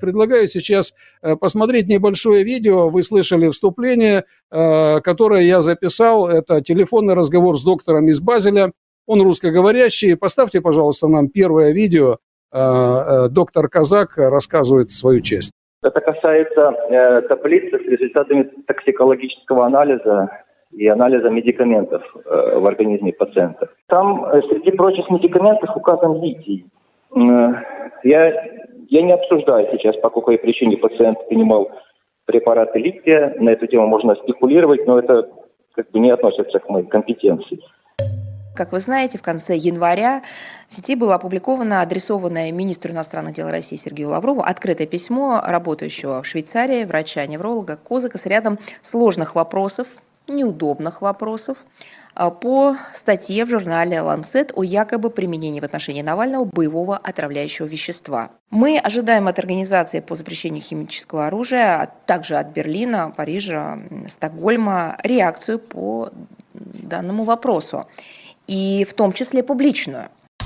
Предлагаю сейчас посмотреть небольшое видео. Вы слышали вступление, которое я записал. Это телефонный разговор с доктором из Базеля. Он русскоговорящий. Поставьте, пожалуйста, нам первое видео. Доктор Казак рассказывает свою часть. Это касается таблицы с результатами токсикологического анализа и анализа медикаментов в организме пациента. Там среди прочих медикаментов указан литий. Я не обсуждаю сейчас, по какой причине пациент принимал препараты лития. На эту тему можно спекулировать, но это не относится к моей компетенции. Как вы знаете, в конце января в сети было опубликовано адресованное министру иностранных дел России Сергею Лаврову открытое письмо работающего в Швейцарии врача-невролога Козака с рядом сложных вопросов, неудобных вопросов по статье в журнале «Ланцет» о якобы применении в отношении Навального боевого отравляющего вещества. Мы ожидаем от Организации по запрещению химического оружия, а также от Берлина, Парижа, Стокгольма реакцию по данному вопросу, и в том числе публичную.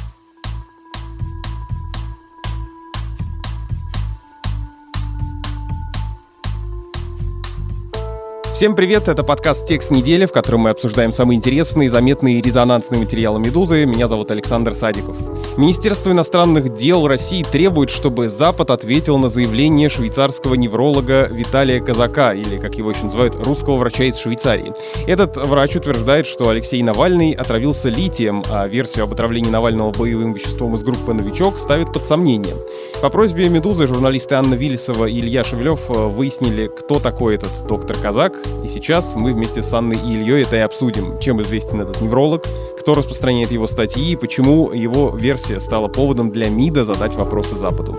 Всем привет, это подкаст «Текст недели», в котором мы обсуждаем самые интересные, заметные и резонансные материалы «Медузы». Меня зовут Александр Садиков. Министерство иностранных дел России требует, чтобы Запад ответил на заявление швейцарского невролога Виталия Казака, или, как его еще называют, русского врача из Швейцарии. Этот врач утверждает, что Алексей Навальный отравился литием, а версию об отравлении Навального боевым веществом из группы «Новичок» ставит под сомнение. По просьбе «Медузы» журналисты Анна Виллисова и Илья Шевелев выяснили, кто такой этот доктор Казак. И сейчас мы вместе с Анной и Ильей это и обсудим. Чем известен этот невролог, кто распространяет его статьи и почему его версия стала поводом для МИДа задать вопросы Западу.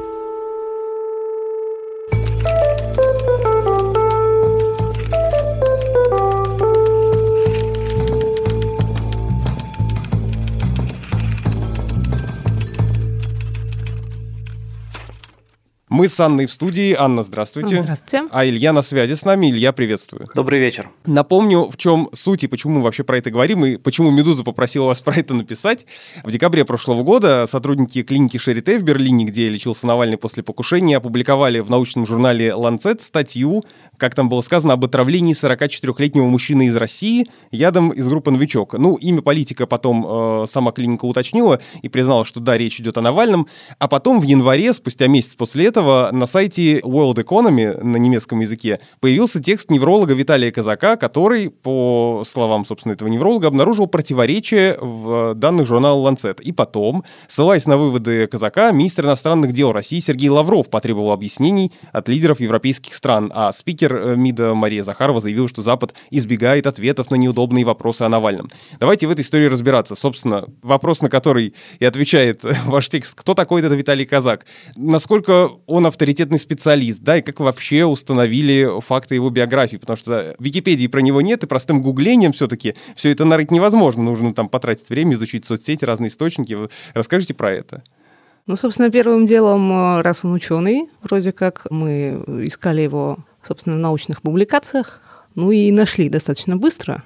Мы с Анной в студии. Анна, здравствуйте. Здравствуйте. А Илья на связи с нами. Илья, приветствую. Добрый вечер. Напомню, в чем суть и почему мы вообще про это говорим, и почему «Медуза» попросила вас про это написать. В декабре прошлого года сотрудники клиники Шарите в Берлине, где лечился Навальный после покушения, опубликовали в научном журнале «Ланцет» статью, как там было сказано, об отравлении 44-летнего мужчины из России ядом из группы «Новичок». Имя политика потом сама клиника уточнила и признала, что да, речь идет о Навальном. А потом в январе, спустя месяц после этого, на сайте World Economy на немецком языке появился текст невролога Виталия Казака, который, по словам, собственно, этого невролога, обнаружил противоречия в данных журнала «Ланцет». И потом, ссылаясь на выводы Казака, министр иностранных дел России Сергей Лавров потребовал объяснений от лидеров европейских стран, а спикер МИДа Мария Захарова заявила, что Запад избегает ответов на неудобные вопросы о Навальном. Давайте в этой истории разбираться. Собственно, вопрос, на который и отвечает ваш текст. Кто такой этот Виталий Казак? Насколько он авторитетный специалист, да, и как вообще установили факты его биографии, потому что в Википедии про него нет, и простым гуглением все-таки все это нарыть невозможно, нужно там потратить время, изучить соцсети, разные источники. Расскажите про это. Собственно, первым делом, раз он ученый, вроде как, мы искали его, собственно, в научных публикациях, и нашли достаточно быстро.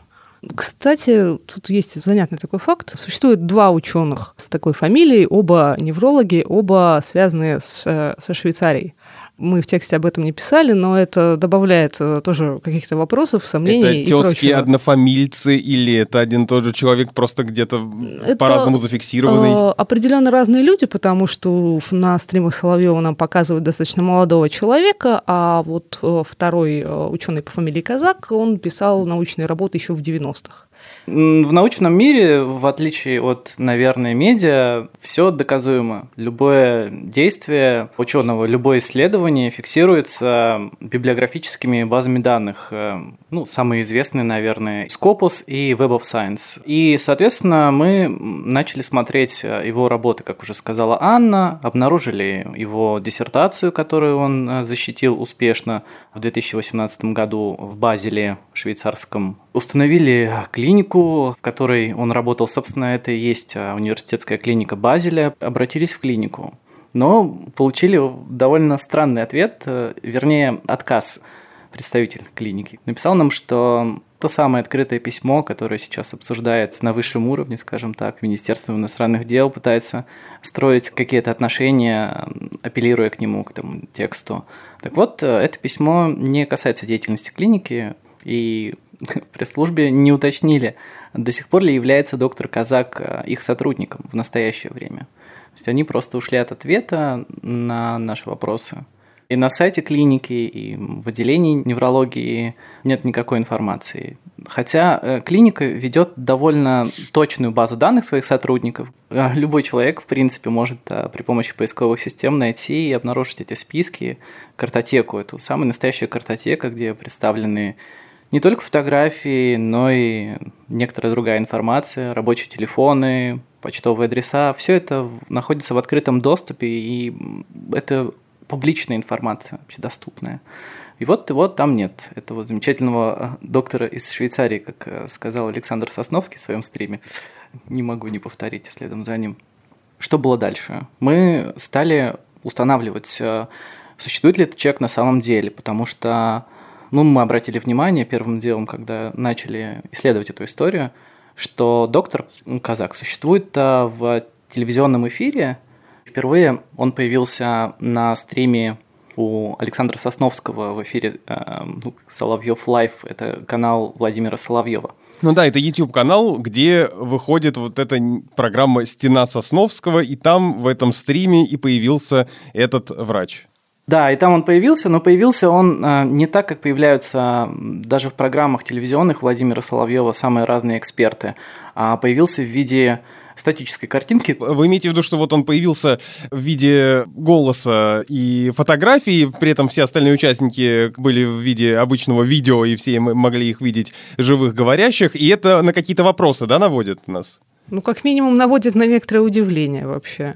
Кстати, тут есть занятный такой факт. Существует два ученых с такой фамилией, оба неврологи, оба связанные со Швейцарией. Мы в тексте об этом не писали, но это добавляет тоже каких-то вопросов, сомнений и прочего. Это тезки однофамильцы или это один и тот же человек, просто где-то по-разному зафиксированный? Определенно разные люди, потому что на стримах Соловьева нам показывают достаточно молодого человека, а вот второй ученый по фамилии Казак, он писал научные работы еще в 90-х. В научном мире, в отличие от, наверное, медиа, все доказуемо. Любое действие ученого, любое исследование фиксируется библиографическими базами данных. Самые известные, наверное, Scopus и Web of Science. И, соответственно, мы начали смотреть его работы, как уже сказала Анна, обнаружили его диссертацию, которую он защитил успешно в 2018 году в Базеле швейцарском. Установили клинику, в которой он работал. Собственно, это и есть университетская клиника Базеля. Обратились в клинику, но получили довольно странный ответ, вернее, отказ. Представитель клиники написал нам, что То самое открытое письмо, которое сейчас обсуждается на высшем уровне, скажем так, Министерство иностранных дел пытается строить какие-то отношения, апеллируя к нему, к этому тексту. Так вот, это письмо не касается деятельности клиники, и в пресс-службе не уточнили, до сих пор ли является доктор Казак их сотрудником в настоящее время. То есть они просто ушли от ответа на наши вопросы. И на сайте клиники, и в отделении неврологии нет никакой информации. Хотя клиника ведет довольно точную базу данных своих сотрудников. Любой человек, в принципе, может при помощи поисковых систем найти и обнаружить эти списки, картотеку. Это самая настоящая картотека, где представлены не только фотографии, но и некоторая другая информация, рабочие телефоны, почтовые адреса. Все это находится в открытом доступе, и это публичная информация, общедоступная. И вот его там нет. Этого замечательного доктора из Швейцарии, как сказал Александр Сосновский в своем стриме. Не могу не повторить следом за ним. Что было дальше? Мы стали устанавливать, существует ли этот человек на самом деле, потому что мы обратили внимание первым делом, когда начали исследовать эту историю, что доктор Казак существует в телевизионном эфире. Впервые он появился на стриме у Александра Сосновского в эфире «Соловьев Лайв». Это канал Владимира Соловьева. Ну да, это YouTube-канал, где выходит вот эта программа «Стена Сосновского», и там в этом стриме и появился этот врач. Да, и там он появился, но появился он не так, как появляются даже в программах телевизионных Владимира Соловьева самые разные эксперты, а появился в виде статической картинки. Вы имеете в виду, что вот он появился в виде голоса и фотографии, при этом все остальные участники были в виде обычного видео, и все могли их видеть живых говорящих, и это на какие-то вопросы, да, наводит нас? Как минимум, наводит на некоторое удивление вообще.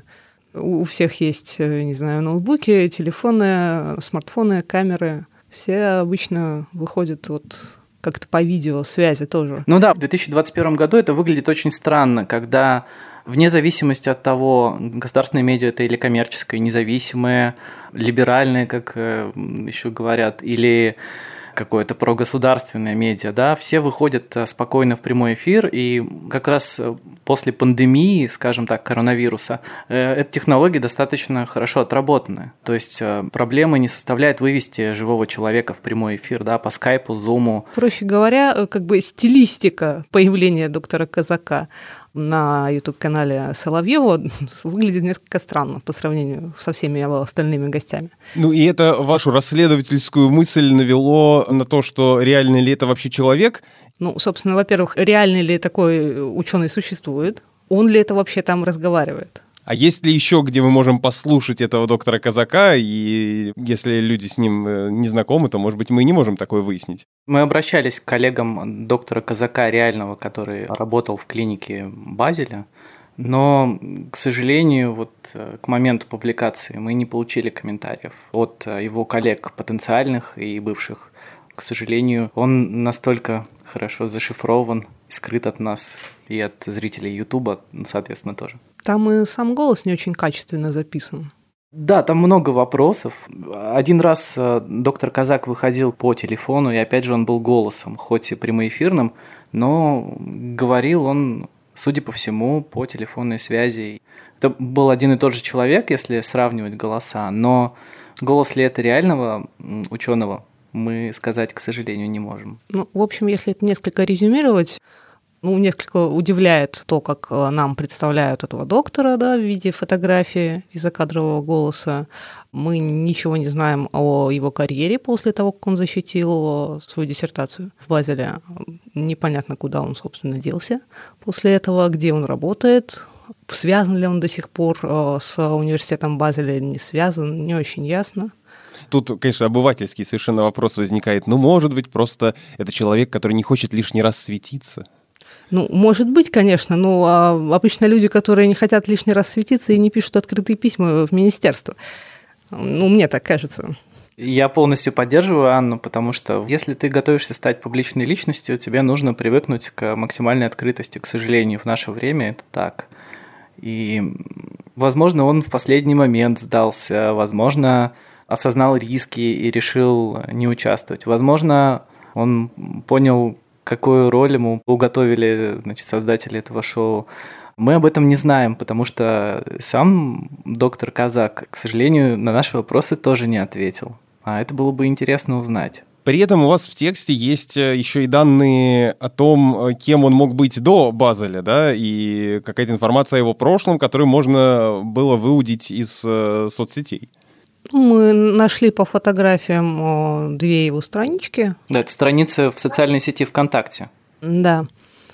У всех есть, не знаю, ноутбуки, телефоны, смартфоны, камеры. Все обычно выходят как-то по видеосвязи тоже. Ну да, в 2021 году это выглядит очень странно, когда вне зависимости от того, государственное медиа это или коммерческое, независимое, либеральное, как еще говорят, или какое-то прогосударственное медиа, да, все выходят спокойно в прямой эфир, и как раз после пандемии, скажем так, коронавируса, эта технология достаточно хорошо отработана. То есть проблемы не составляет вывести живого человека в прямой эфир, да, по скайпу, зуму. Проще говоря, стилистика появления доктора Казака на YouTube-канале Соловьева выглядит несколько странно по сравнению со всеми его остальными гостями. Ну и это вашу расследовательскую мысль навело на то, что реальный ли это вообще человек? Собственно, во-первых, реальный ли такой ученый существует? Он ли это вообще там разговаривает? А есть ли еще, где мы можем послушать этого доктора Казака, и если люди с ним не знакомы, то, может быть, мы и не можем такое выяснить? Мы обращались к коллегам доктора Казака реального, который работал в клинике Базеля, но, к сожалению, к моменту публикации мы не получили комментариев от его коллег потенциальных и бывших. К сожалению, он настолько хорошо зашифрован и скрыт от нас и от зрителей Ютуба, соответственно, тоже. Там и сам голос не очень качественно записан. Да, там много вопросов. Один раз доктор Казак выходил по телефону, и опять же он был голосом, хоть и прямоэфирным, но говорил он, судя по всему, по телефонной связи. Это был один и тот же человек, если сравнивать голоса, но голос ли это реального ученого, мы сказать, к сожалению, не можем. В общем, если это несколько резюмировать, несколько удивляет то, как нам представляют этого доктора, да, в виде фотографии и закадрового голоса. Мы ничего не знаем о его карьере после того, как он защитил свою диссертацию в Базеле. Непонятно, куда он, собственно, делся после этого, где он работает, связан ли он до сих пор с университетом Базеля или не связан, не очень ясно. Тут, конечно, обывательский совершенно вопрос возникает. Может быть, просто это человек, который не хочет лишний раз светиться? Может быть, конечно, но обычно люди, которые не хотят лишний раз светиться и не пишут открытые письма в министерство. Мне так кажется. Я полностью поддерживаю Анну, потому что если ты готовишься стать публичной личностью, тебе нужно привыкнуть к максимальной открытости. К сожалению, в наше время это так. И, возможно, он в последний момент сдался, возможно, осознал риски и решил не участвовать. Возможно, он понял какую роль ему уготовили, значит, создатели этого шоу. Мы об этом не знаем, потому что сам доктор Казак, к сожалению, на наши вопросы тоже не ответил. А это было бы интересно узнать. При этом у вас в тексте есть еще и данные о том, кем он мог быть до Базеля, да, и какая-то информация о его прошлом, которую можно было выудить из соцсетей. Мы нашли по фотографиям 2 его странички. Да, это страница в социальной сети ВКонтакте. Да.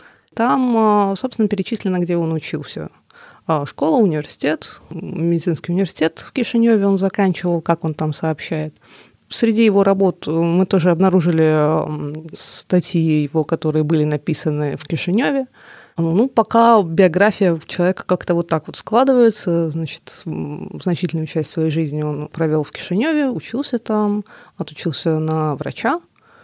Там, собственно, перечислено, где он учился. Школа, университет, медицинский университет в Кишиневе он заканчивал, как он там сообщает. Среди его работ мы тоже обнаружили статьи его, которые были написаны в Кишиневе. Ну, пока биография человека как-то вот так вот складывается, значит, значительную часть своей жизни он провел в Кишиневе, учился там, отучился на врача.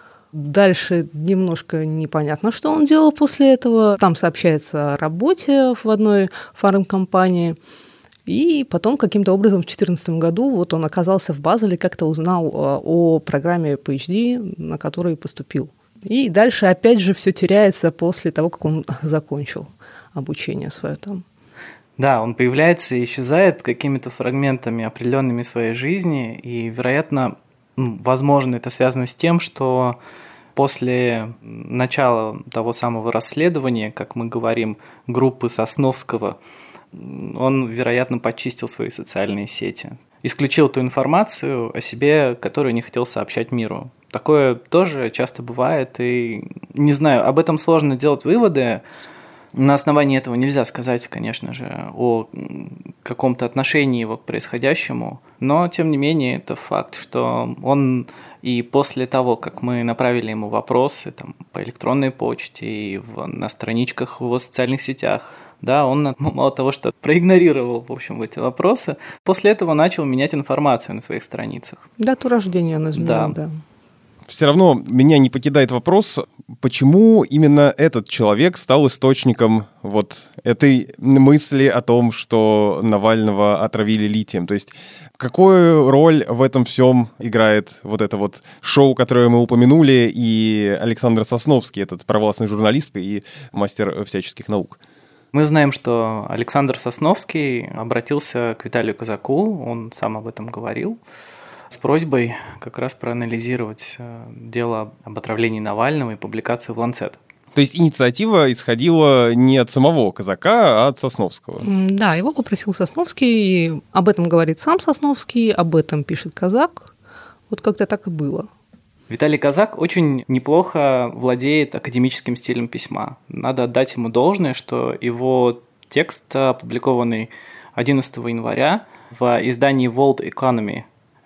Дальше немножко непонятно, что он делал после этого. Там сообщается о работе в одной фармкомпании. И потом каким-то образом в 2014 году вот он оказался в Базеле, как-то узнал о программе PhD, на которую поступил. И дальше опять же все теряется после того, как он закончил обучение свое там. Да, он появляется и исчезает какими-то фрагментами определенными своей жизни, и, вероятно, возможно, это связано с тем, что после начала того самого расследования, как мы говорим, группы Сосновского, он, вероятно, почистил свои социальные сети. Исключил ту информацию о себе, которую не хотел сообщать миру. Такое тоже часто бывает, и не знаю, об этом сложно делать выводы. На основании этого нельзя сказать, конечно же, о каком-то отношении его к происходящему, но, тем не менее, это факт, что он и после того, как мы направили ему вопросы там, по электронной почте и на страничках в его социальных сетях, да, он мало того, что проигнорировал, в общем, эти вопросы, после этого начал менять информацию на своих страницах. Дату рождения он изменил, да. Все равно меня не покидает вопрос, почему именно этот человек стал источником вот этой мысли о том, что Навального отравили литием. То есть какую роль в этом всем играет вот это вот шоу, которое мы упомянули, и Александр Сосновский, этот провластный журналист и мастер всяческих наук? Мы знаем, что Александр Сосновский обратился к Виталию Казаку, он сам об этом говорил, с просьбой как раз проанализировать дело об отравлении Навального и публикацию в «Ланцет». То есть инициатива исходила не от самого Казака, а от Сосновского? Да, его попросил Сосновский, и об этом говорит сам Сосновский, об этом пишет Казак. Вот как-то так и было. Виталий Казак очень неплохо владеет академическим стилем письма. Надо отдать ему должное, что его текст, опубликованный 11 января в издании World Economy,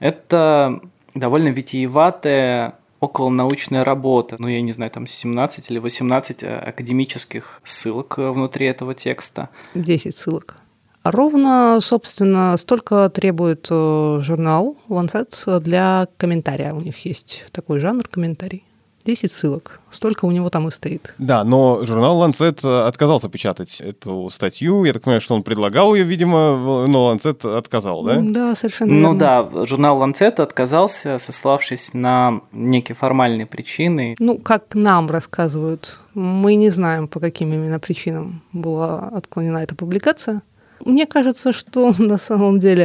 это довольно витиеватая околонаучная работа. Ну, я не знаю, там 17 или 18 академических ссылок внутри этого текста. 10 ссылок. Ровно, собственно, столько требует журнал «Ланцет» для комментария. У них есть такой жанр комментарий. 10 ссылок. Столько у него там и стоит. Да, но журнал «Ланцет» отказался печатать эту статью. Я так понимаю, что он предлагал ее, видимо, но «Ланцет» отказал, да? Да, совершенно верно. Ну да, журнал «Ланцет» отказался, сославшись на некие формальные причины. Ну, как нам рассказывают, мы не знаем, по каким именно причинам была отклонена эта публикация. Мне кажется, что на самом деле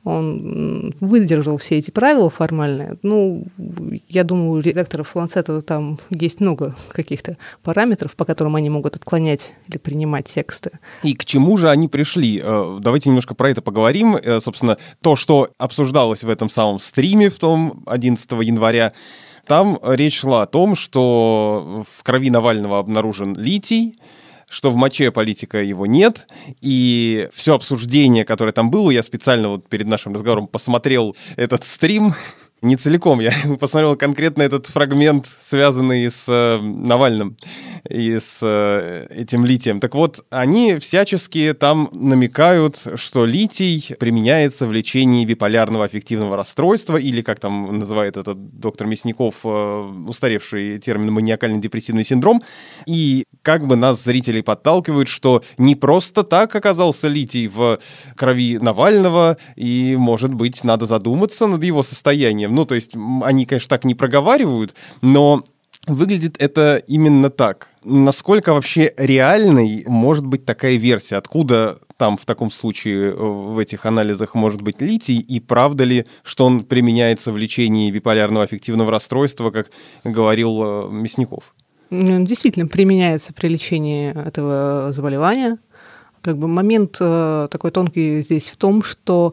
он выдержал все эти правила формальные. Ну, я думаю, у редакторов «Ланцета» там есть много каких-то параметров, по которым они могут отклонять или принимать тексты. И к чему же они пришли? Давайте немножко про это поговорим. Собственно, то, что обсуждалось в этом самом стриме в том 11 января, там речь шла о том, что в крови Навального обнаружен литий, что в моче политика его нет, и все обсуждение, которое там было, я специально вот перед нашим разговором посмотрел этот стрим, не целиком, я посмотрел конкретно этот фрагмент, связанный с Навальным и с этим литием. Так вот, они всячески там намекают, что литий применяется в лечении биполярного аффективного расстройства, или, как там называет этот доктор Мясников, устаревший термин маниакально-депрессивный синдром, и как бы нас, зрителей, подталкивают, что не просто так оказался литий в крови Навального, и, может быть, надо задуматься над его состоянием. Ну, то есть, они, конечно, так не проговаривают, но выглядит это именно так. Насколько вообще реальной может быть такая версия? Откуда там в таком случае в этих анализах может быть литий? И правда ли, что он применяется в лечении биполярного аффективного расстройства, как говорил Мясников? Действительно применяется при лечении этого заболевания. Момент такой тонкий здесь в том, что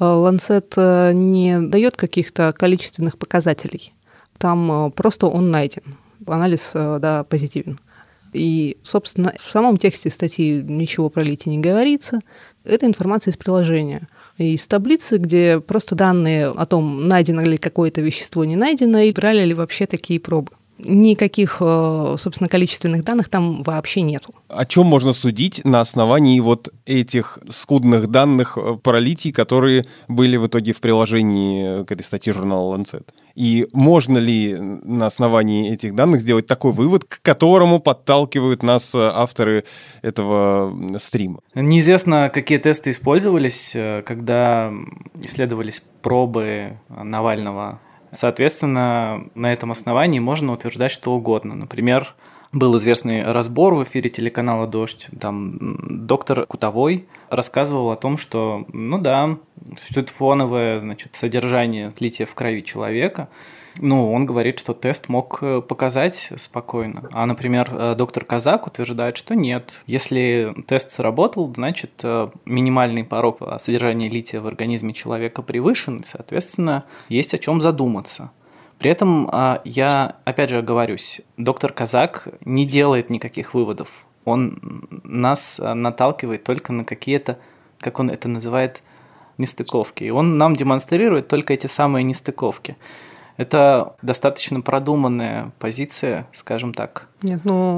Lancet не дает каких-то количественных показателей. Там просто он найден. Анализ, да, позитивен. И, собственно, в самом тексте статьи ничего про литий не говорится. Это информация из приложения. И из таблицы, где просто данные о том, найдено ли какое-то вещество, не найдено, и брали ли вообще такие пробы. Никаких, собственно, количественных данных там вообще нету. О чем можно судить на основании вот этих скудных данных про литий, которые были в итоге в приложении к этой статье журнала Lancet? И можно ли на основании этих данных сделать такой вывод, к которому подталкивают нас авторы этого стрима? Неизвестно, какие тесты использовались, когда исследовались пробы Навального. Соответственно, на этом основании можно утверждать что угодно. Например, был известный разбор в эфире телеканала «Дождь». Там доктор Кутовой рассказывал о том, что, существует фоновое, содержание лития в крови человека. Он говорит, что тест мог показать спокойно. А, например, доктор Казак утверждает, что нет. Если тест сработал, значит, минимальный порог содержания лития в организме человека превышен, и, соответственно, есть о чем задуматься. При этом я, опять же, оговорюсь, доктор Казак не делает никаких выводов. Он нас наталкивает только на какие-то, как он это называет, нестыковки. И он нам демонстрирует только эти самые нестыковки. Это достаточно продуманная позиция, скажем так. Нет,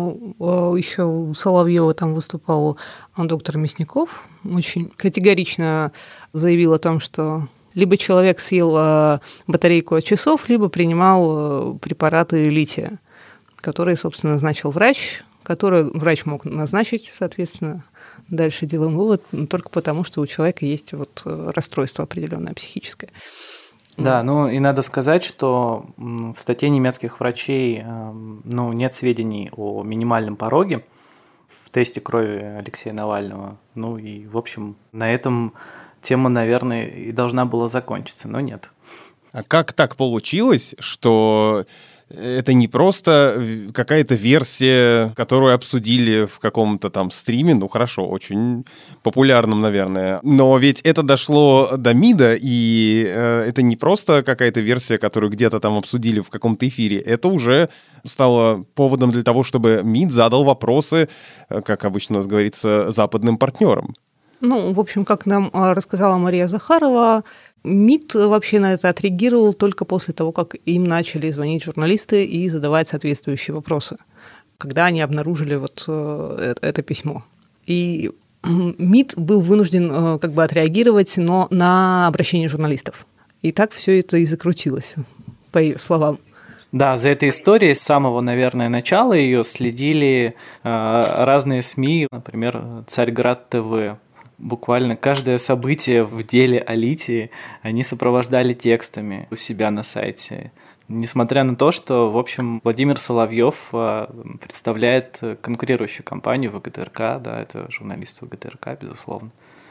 еще у Соловьева там выступал доктор Мясников, очень категорично заявил о том, что либо человек съел батарейку от часов, либо принимал препараты лития, которые, собственно, назначил врач, который врач мог назначить, соответственно. Дальше делаем вывод только потому, что у человека есть расстройство определенное психическое. Да, и надо сказать, что в статье немецких врачей нет сведений о минимальном пороге в тесте крови Алексея Навального. И, в общем, на этом тема, наверное, и должна была закончиться, но нет. А как так получилось, что это не просто какая-то версия, которую обсудили в каком-то там стриме, хорошо, очень популярном, наверное, но ведь это дошло до МИДа, и это не просто какая-то версия, которую где-то там обсудили в каком-то эфире, это уже стало поводом для того, чтобы МИД задал вопросы, как обычно у нас говорится, западным партнерам. В общем, как нам рассказала Мария Захарова, МИД вообще на это отреагировал только после того, как им начали звонить журналисты и задавать соответствующие вопросы, когда они обнаружили это письмо. И МИД был вынужден отреагировать, но на обращение журналистов. И так все это и закрутилось, по ее словам. Да, за этой историей с самого, наверное, начала ее следили разные СМИ, например, Царьград ТВ. Буквально каждое событие в деле о литии они сопровождали текстами у себя на сайте. Несмотря на то, что, в общем, Владимир Соловьев представляет конкурирующую компанию ВГТРК, да, это журналист ВГТРК, безусловно.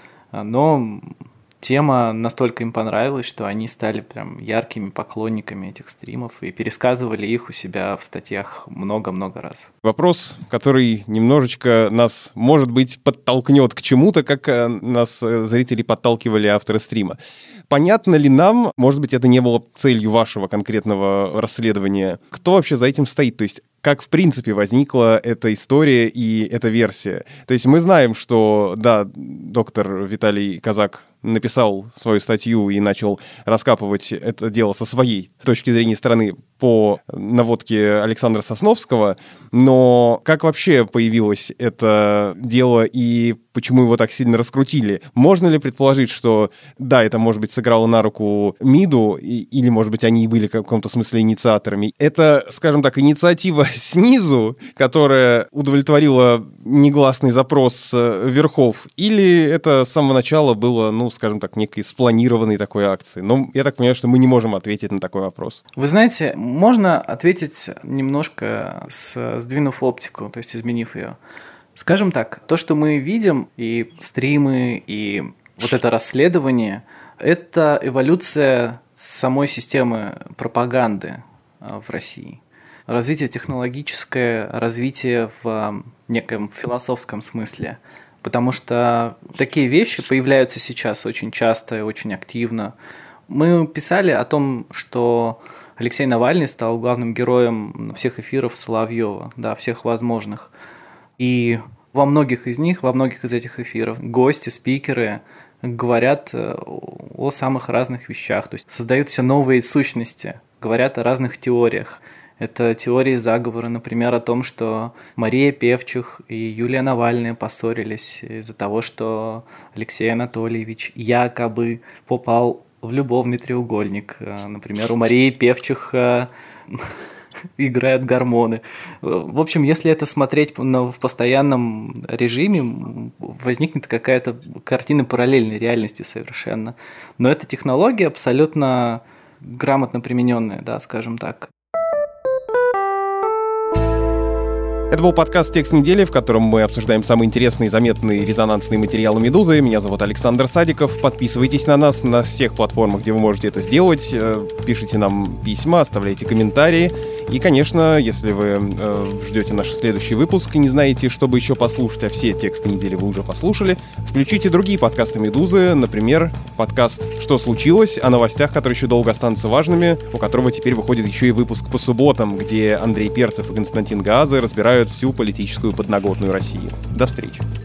Но тема настолько им понравилась, что они стали прям яркими поклонниками этих стримов и пересказывали их у себя в статьях много-много раз. Вопрос, который немножечко нас, может быть, подтолкнет к чему-то, как нас зрители подталкивали авторы стрима. Понятно ли нам, может быть, это не было целью вашего конкретного расследования, кто вообще за этим стоит? То есть как, в принципе, возникла эта история и эта версия? То есть мы знаем, что, да, доктор Виталий Казак написал свою статью и начал раскапывать это дело со своей точки зрения стороны по наводке Александра Сосновского, но как вообще появилось это дело и почему его так сильно раскрутили? Можно ли предположить, что, да, это, может быть, сыграло на руку МИДу, или, может быть, они и были в каком-то смысле инициаторами? Это, скажем так, инициатива снизу, которая удовлетворила негласный запрос верхов, или это с самого начала было, скажем так, некой спланированной такой акцией? Но я так понимаю, что мы не можем ответить на такой вопрос. Вы знаете, Можно ответить немножко сдвинув оптику, то есть изменив ее. Скажем так, то, что мы видим, и стримы, и вот это расследование, это эволюция самой системы пропаганды в России. Развитие технологическое, развитие в неком философском смысле. Потому что такие вещи появляются сейчас очень часто и очень активно. Мы писали о том, что Алексей Навальный стал главным героем всех эфиров Соловьева, да, всех возможных. И во многих из этих эфиров гости, спикеры говорят о самых разных вещах, то есть создают все новые сущности, говорят о разных теориях. Это теории заговора, например, о том, что Мария Певчих и Юлия Навальная поссорились из-за того, что Алексей Анатольевич якобы попал в любовный треугольник. Например, у Марии Певчих играют гормоны. В общем, если это смотреть в постоянном режиме, возникнет какая-то картина параллельной реальности совершенно. Но эта технология абсолютно грамотно примененная, да, скажем так. Это был подкаст «Текст недели», в котором мы обсуждаем самые интересные, заметные, резонансные материалы «Медузы». Меня зовут Александр Садиков. Подписывайтесь на нас на всех платформах, где вы можете это сделать. Пишите нам письма, оставляйте комментарии. И, конечно, если вы ждете наш следующий выпуск и не знаете, что бы еще послушать, а все тексты недели вы уже послушали, включите другие подкасты «Медузы», например, подкаст «Что случилось?», о новостях, которые еще долго останутся важными, у которого теперь выходит еще и выпуск по субботам, где Андрей Перцев и Константин Гаазы разбирают всю политическую подноготную России. До встречи.